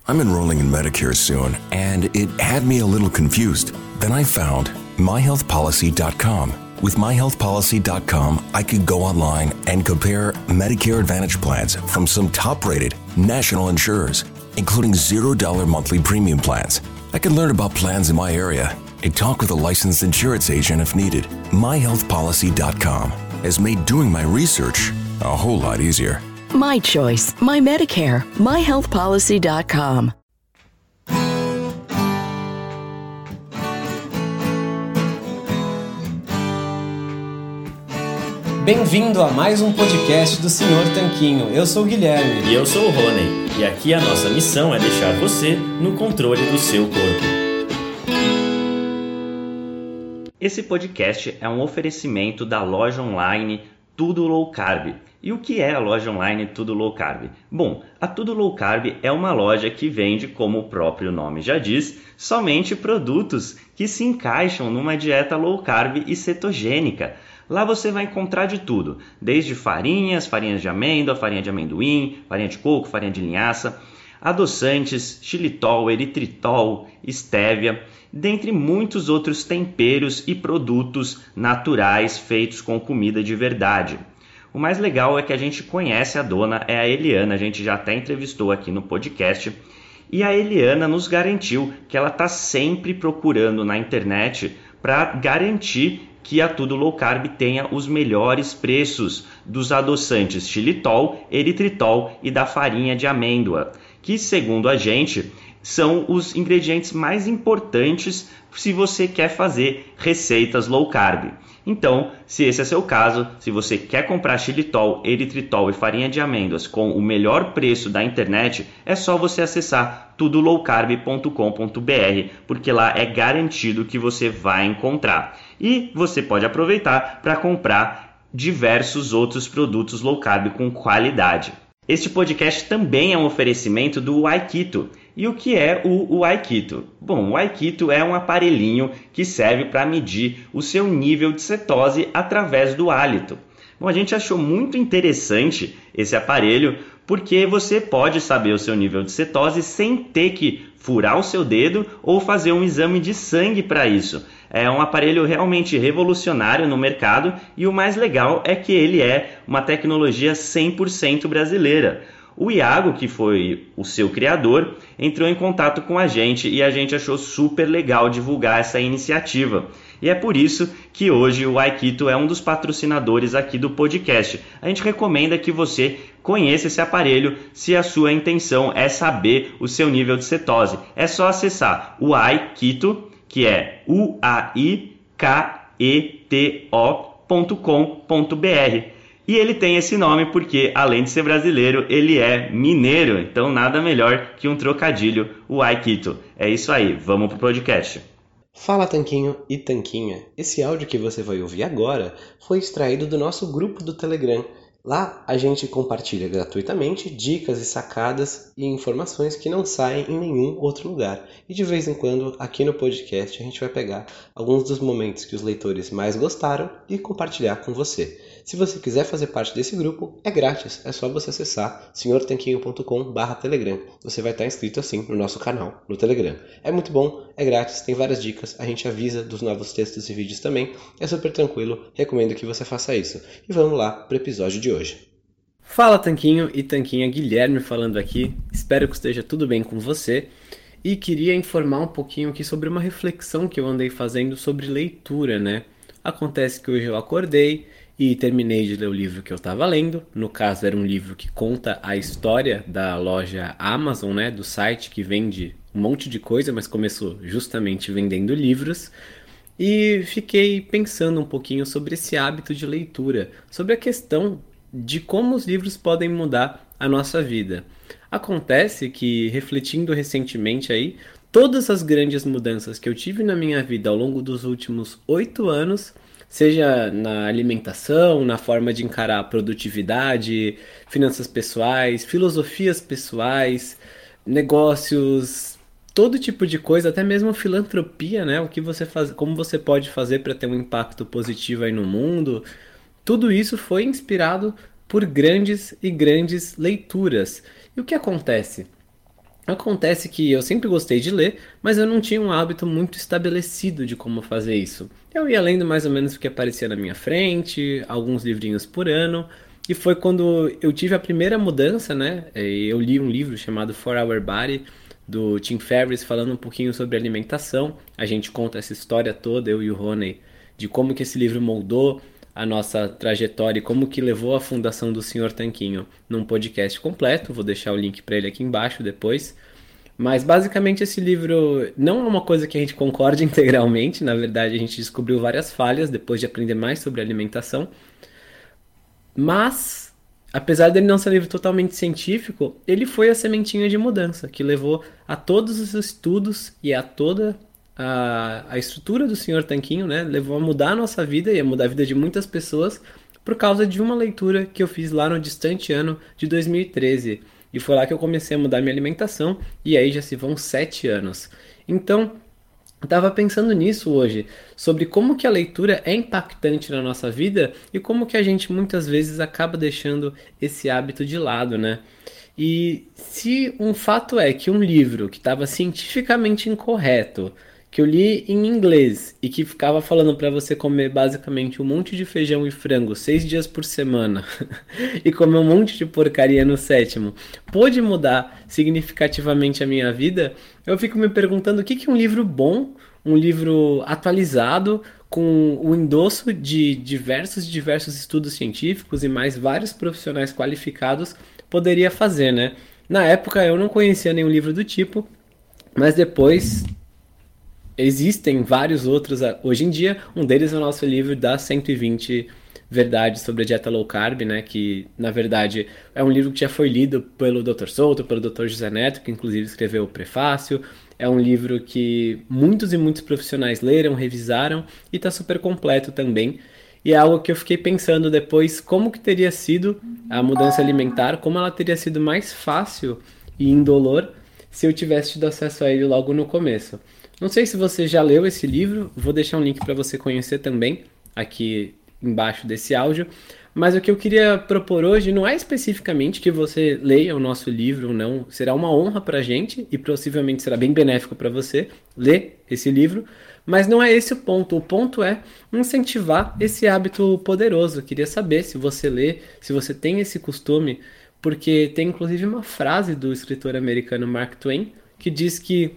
I'm enrolling in Medicare soon, and it had me a little confused. Then I found myhealthpolicy.com. With myhealthpolicy.com, I could go online and compare Medicare Advantage plans from some top-rated national insurers, including $0 monthly premium plans. I could learn about plans in my area and talk with a licensed insurance agent if needed. myhealthpolicy.com has made doing my research a whole lot easier. My choice, my Medicare, myhealthpolicy.com. Bem-vindo a mais um podcast do Sr. Tanquinho. Eu sou o Guilherme. E eu sou o Rony. E aqui a nossa missão é deixar você no controle do seu corpo. Esse podcast é um oferecimento da loja online Tudo Low Carb. E o que é a loja online Tudo Low Carb? Bom, a Tudo Low Carb é uma loja que vende, como o próprio nome já diz, somente produtos que se encaixam numa dieta low carb e cetogênica. Lá você vai encontrar de tudo, desde farinhas de amêndoa, farinha de amendoim, farinha de coco, farinha de linhaça, adoçantes, xilitol, eritritol, estévia, dentre muitos outros temperos e produtos naturais feitos com comida de verdade. O mais legal é que a gente conhece a dona, é a Eliana, a gente já até entrevistou aqui no podcast, e a Eliana nos garantiu que ela está sempre procurando na internet para garantir que a Tudo Low Carb tenha os melhores preços dos adoçantes xilitol, eritritol e da farinha de amêndoa, que, segundo a gente, são os ingredientes mais importantes se você quer fazer receitas low carb. Então, se esse é seu caso, se você quer comprar xilitol, eritritol e farinha de amêndoas com o melhor preço da internet, é só você acessar tudolowcarb.com.br, porque lá é garantido que você vai encontrar. E você pode aproveitar para comprar diversos outros produtos low carb com qualidade. Este podcast também é um oferecimento do Aikito. E o que é o Aikito? Bom, o Aikito é um aparelhinho que serve para medir o seu nível de cetose através do hálito. Bom, a gente achou muito interessante esse aparelho porque você pode saber o seu nível de cetose sem ter que furar o seu dedo ou fazer um exame de sangue para isso. É um aparelho realmente revolucionário no mercado e o mais legal é que ele é uma tecnologia 100% brasileira. O Iago, que foi o seu criador, entrou em contato com a gente e a gente achou super legal divulgar essa iniciativa. E é por isso que hoje o Aikito é um dos patrocinadores aqui do podcast. A gente recomenda que você conheça esse aparelho se a sua intenção é saber o seu nível de cetose. É só acessar o Aikito, que é uaiketo.com.br. E ele tem esse nome porque, além de ser brasileiro, ele é mineiro. Então, nada melhor que um trocadilho, o Aikito. É isso aí, vamos pro podcast. Fala Tanquinho e Tanquinha. Esse áudio que você vai ouvir agora foi extraído do nosso grupo do Telegram. Lá a gente compartilha gratuitamente dicas e sacadas e informações que não saem em nenhum outro lugar. E de vez em quando, aqui no podcast, a gente vai pegar alguns dos momentos que os leitores mais gostaram e compartilhar com você. Se você quiser fazer parte desse grupo, é grátis. É só você acessar senhortanquinho.com/telegram. Você vai estar inscrito assim no nosso canal, no Telegram. É muito bom, é grátis, tem várias dicas. A gente avisa dos novos textos e vídeos também. É super tranquilo, recomendo que você faça isso. E vamos lá para o episódio de hoje. Fala Tanquinho e Tanquinha, Guilherme falando aqui. Espero que esteja tudo bem com você. E queria informar um pouquinho aqui sobre uma reflexão que eu andei fazendo sobre leitura, né? Acontece que hoje eu acordei e terminei de ler o livro que eu estava lendo. No caso, era um livro que conta a história da loja Amazon, né? Do site que vende um monte de coisa, mas começou justamente vendendo livros. E fiquei pensando um pouquinho sobre esse hábito de leitura, sobre a questão de como os livros podem mudar a nossa vida. Acontece que, refletindo recentemente aí, todas as grandes mudanças que eu tive na minha vida ao longo dos últimos 8 anos, seja na alimentação, na forma de encarar a produtividade, finanças pessoais, filosofias pessoais, negócios, todo tipo de coisa, até mesmo filantropia, né? O que você faz, como você pode fazer para ter um impacto positivo aí no mundo. Tudo isso foi inspirado por grandes e grandes leituras. E o que acontece? Acontece que eu sempre gostei de ler, mas eu não tinha um hábito muito estabelecido de como fazer isso. Eu ia lendo mais ou menos o que aparecia na minha frente, alguns livrinhos por ano, e foi quando eu tive a primeira mudança, né? Eu li um livro chamado For Our Body, do Tim Ferriss, falando um pouquinho sobre alimentação. A gente conta essa história toda, eu e o Rony, de como que esse livro moldou a nossa trajetória e como que levou à fundação do Senhor Tanquinho num podcast completo. Vou deixar o link para ele aqui embaixo depois. Mas basicamente esse livro não é uma coisa que a gente concorde integralmente. Na verdade, a gente descobriu várias falhas depois de aprender mais sobre alimentação. Mas, apesar dele não ser um livro totalmente científico, ele foi a sementinha de mudança que levou a todos os estudos e a toda a estrutura do Senhor Tanquinho, né? Levou a mudar a nossa vida e a mudar a vida de muitas pessoas por causa de uma leitura que eu fiz lá no distante ano de 2013. E foi lá que eu comecei a mudar minha alimentação e aí já se vão 7 anos. Então, eu estava pensando nisso hoje, sobre como que a leitura é impactante na nossa vida e como que a gente muitas vezes acaba deixando esse hábito de lado, né? E se um fato é que um livro que estava cientificamente incorreto, que eu li em inglês e que ficava falando para você comer basicamente um monte de feijão e frango 6 dias por semana e comer um monte de porcaria no sétimo, pôde mudar significativamente a minha vida, eu fico me perguntando o que que um livro bom, um livro atualizado, com o endosso de diversos estudos científicos e mais vários profissionais qualificados poderia fazer, né? Na época eu não conhecia nenhum livro do tipo, mas depois existem vários outros hoje em dia. Um deles é o nosso livro das 120 verdades sobre a dieta low carb, né? Que, na verdade, é um livro que já foi lido pelo Dr. Souto, pelo Dr. José Neto, que inclusive escreveu o prefácio. É um livro que muitos e muitos profissionais leram, revisaram e está super completo também. E é algo que eu fiquei pensando depois, como que teria sido a mudança alimentar, como ela teria sido mais fácil e indolor se eu tivesse tido acesso a ele logo no começo. Não sei se você já leu esse livro, vou deixar um link para você conhecer também aqui embaixo desse áudio, mas o que eu queria propor hoje não é especificamente que você leia o nosso livro ou não, será uma honra para a gente e possivelmente será bem benéfico para você ler esse livro, mas não é esse o ponto é incentivar esse hábito poderoso. Eu queria saber se você lê, se você tem esse costume, porque tem inclusive uma frase do escritor americano Mark Twain que diz que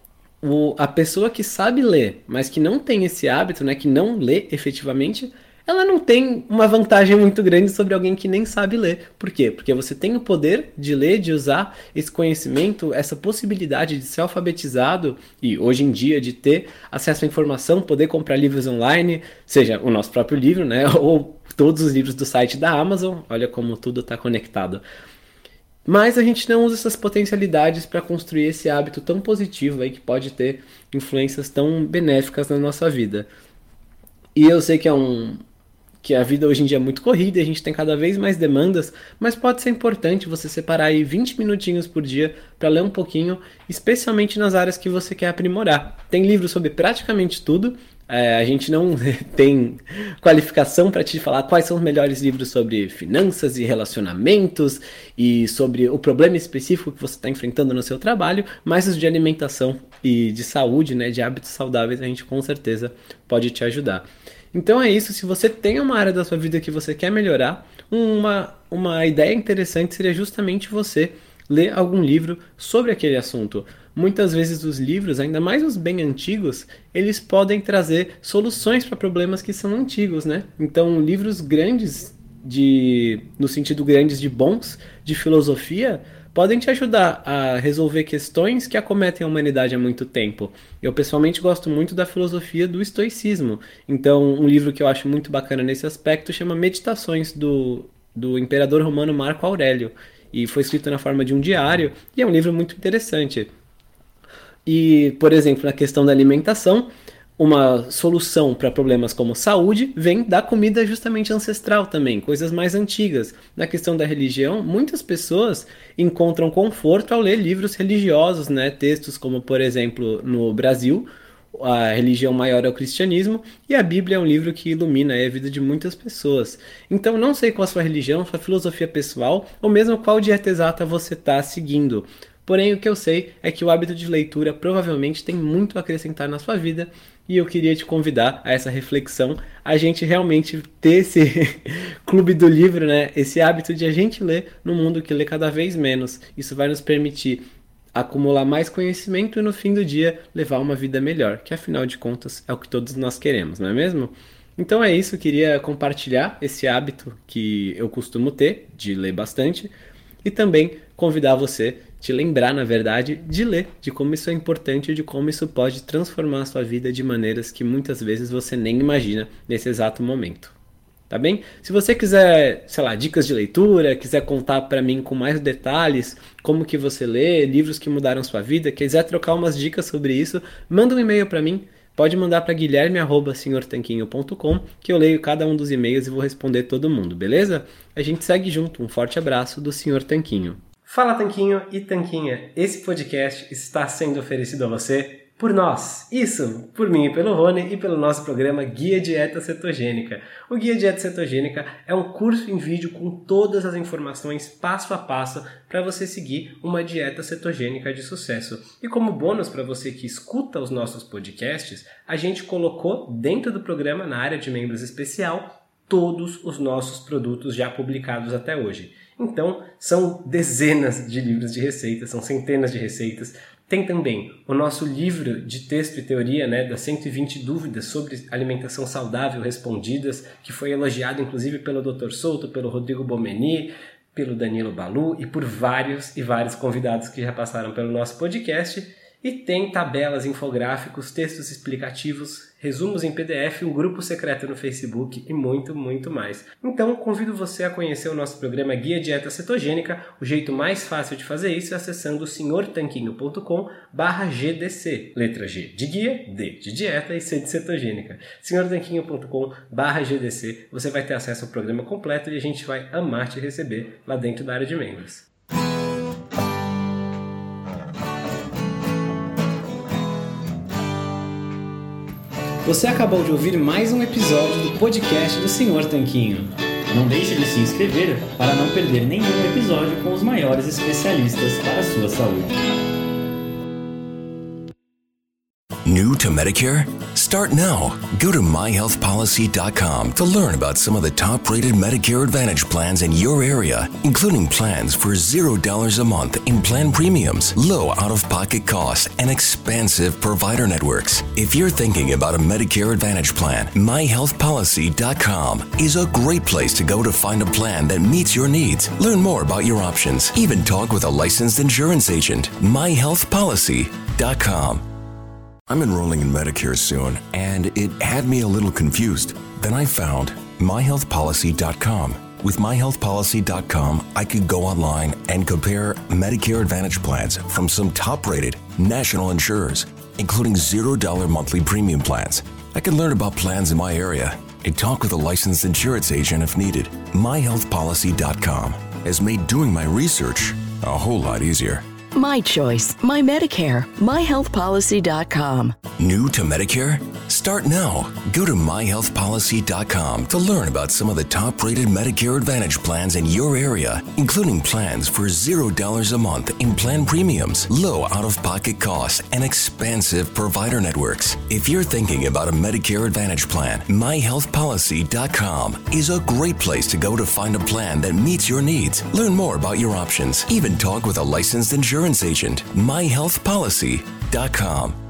a pessoa que sabe ler, mas que não tem esse hábito, né, que não lê efetivamente, ela não tem uma vantagem muito grande sobre alguém que nem sabe ler. Por quê? Porque você tem o poder de ler, de usar esse conhecimento, essa possibilidade de ser alfabetizado e, hoje em dia, de ter acesso à informação, poder comprar livros online, seja o nosso próprio livro, né, ou todos os livros do site da Amazon. Olha como tudo está conectado. Mas a gente não usa essas potencialidades para construir esse hábito tão positivo aí que pode ter influências tão benéficas na nossa vida. E eu sei que a vida hoje em dia é muito corrida e a gente tem cada vez mais demandas, mas pode ser importante você separar aí 20 minutinhos por dia para ler um pouquinho, especialmente nas áreas que você quer aprimorar. Tem livros sobre praticamente tudo. A gente não tem qualificação para te falar quais são os melhores livros sobre finanças e relacionamentos e sobre o problema específico que você está enfrentando no seu trabalho, mas os de alimentação e de saúde, né, de hábitos saudáveis, a gente com certeza pode te ajudar. Então é isso, se você tem uma área da sua vida que você quer melhorar, uma ideia interessante seria justamente você ler algum livro sobre aquele assunto. Muitas vezes os livros, ainda mais os bem antigos, eles podem trazer soluções para problemas que são antigos, né? Então, livros grandes, no sentido grandes de bons, de filosofia, podem te ajudar a resolver questões que acometem a humanidade há muito tempo. Eu, pessoalmente, gosto muito da filosofia do estoicismo. Então, um livro que eu acho muito bacana nesse aspecto chama Meditações, do imperador romano Marco Aurélio. E foi escrito na forma de um diário, e é um livro muito interessante. E, por exemplo, na questão da alimentação, uma solução para problemas como saúde vem da comida justamente ancestral também, coisas mais antigas. Na questão da religião, muitas pessoas encontram conforto ao ler livros religiosos, né? Textos como, por exemplo, no Brasil, a religião maior é o cristianismo, e a Bíblia é um livro que ilumina a vida de muitas pessoas. Então, não sei qual a sua religião, sua filosofia pessoal, ou mesmo qual dieta exata você está seguindo. Porém, o que eu sei é que o hábito de leitura provavelmente tem muito a acrescentar na sua vida e eu queria te convidar a essa reflexão, a gente realmente ter esse clube do livro, né? Esse hábito de a gente ler num mundo que lê cada vez menos. Isso vai nos permitir acumular mais conhecimento e no fim do dia levar uma vida melhor, que afinal de contas é o que todos nós queremos, não é mesmo? Então é isso, eu queria compartilhar esse hábito que eu costumo ter, de ler bastante, e também convidar você, te lembrar, na verdade, de ler, de como isso é importante e de como isso pode transformar a sua vida de maneiras que muitas vezes você nem imagina nesse exato momento. Tá bem? Se você quiser, sei lá, dicas de leitura, quiser contar para mim com mais detalhes como que você lê, livros que mudaram sua vida, quiser trocar umas dicas sobre isso, manda um e-mail para mim. Pode mandar para guilherme@senhortanquinho.com que eu leio cada um dos e-mails e vou responder todo mundo, beleza? A gente segue junto. Um forte abraço do Sr. Tanquinho. Fala Tanquinho e Tanquinha, esse podcast está sendo oferecido a você por nós, isso, por mim e pelo Rony e pelo nosso programa Guia Dieta Cetogênica. O Guia Dieta Cetogênica é um curso em vídeo com todas as informações passo a passo para você seguir uma dieta cetogênica de sucesso. E como bônus para você que escuta os nossos podcasts, a gente colocou dentro do programa, na área de membros especial, todos os nossos produtos já publicados até hoje. Então, são dezenas de livros de receitas, são centenas de receitas. Tem também o nosso livro de texto e teoria, né, das 120 dúvidas sobre alimentação saudável respondidas, que foi elogiado inclusive pelo Dr. Souto, pelo Rodrigo Bomeni, pelo Danilo Balu e por vários e vários convidados que já passaram pelo nosso podcast. E tem tabelas, infográficos, textos explicativos, resumos em PDF, um grupo secreto no Facebook e muito, muito mais. Então, convido você a conhecer o nosso programa Guia Dieta Cetogênica. O jeito mais fácil de fazer isso é acessando senhortanquinho.com/GDC. Letra G de guia, D de dieta e C de cetogênica. senhortanquinho.com/GDC. Você vai ter acesso ao programa completo e a gente vai amar te receber lá dentro da área de membros. Você acabou de ouvir mais um episódio do podcast do Sr. Tanquinho. Não deixe de se inscrever para não perder nenhum episódio com os maiores especialistas para a sua saúde. New to Medicare? Start now. Go to myhealthpolicy.com to learn about some of the top-rated Medicare Advantage plans in your area, including plans for $0 a month in plan premiums, low out-of-pocket costs, and expansive provider networks. If you're thinking about a Medicare Advantage plan, myhealthpolicy.com is a great place to go to find a plan that meets your needs. Learn more about your options. Even talk with a licensed insurance agent. myhealthpolicy.com. I'm enrolling in Medicare soon, and it had me a little confused. Then I found myhealthpolicy.com. With myhealthpolicy.com, I could go online and compare Medicare Advantage plans from some top-rated national insurers, including $0 monthly premium plans. I could learn about plans in my area and talk with a licensed insurance agent if needed. myhealthpolicy.com has made doing my research a whole lot easier. My choice, my Medicare, myhealthpolicy.com. New to Medicare? Start now. Go to myhealthpolicy.com to learn about some of the top-rated Medicare Advantage plans in your area, including plans for $0 a month in plan premiums, low out-of-pocket costs, and expansive provider networks. If you're thinking about a Medicare Advantage plan, myhealthpolicy.com is a great place to go to find a plan that meets your needs. Learn more about your options. Even talk with a licensed insurance agent. myhealthpolicy.com.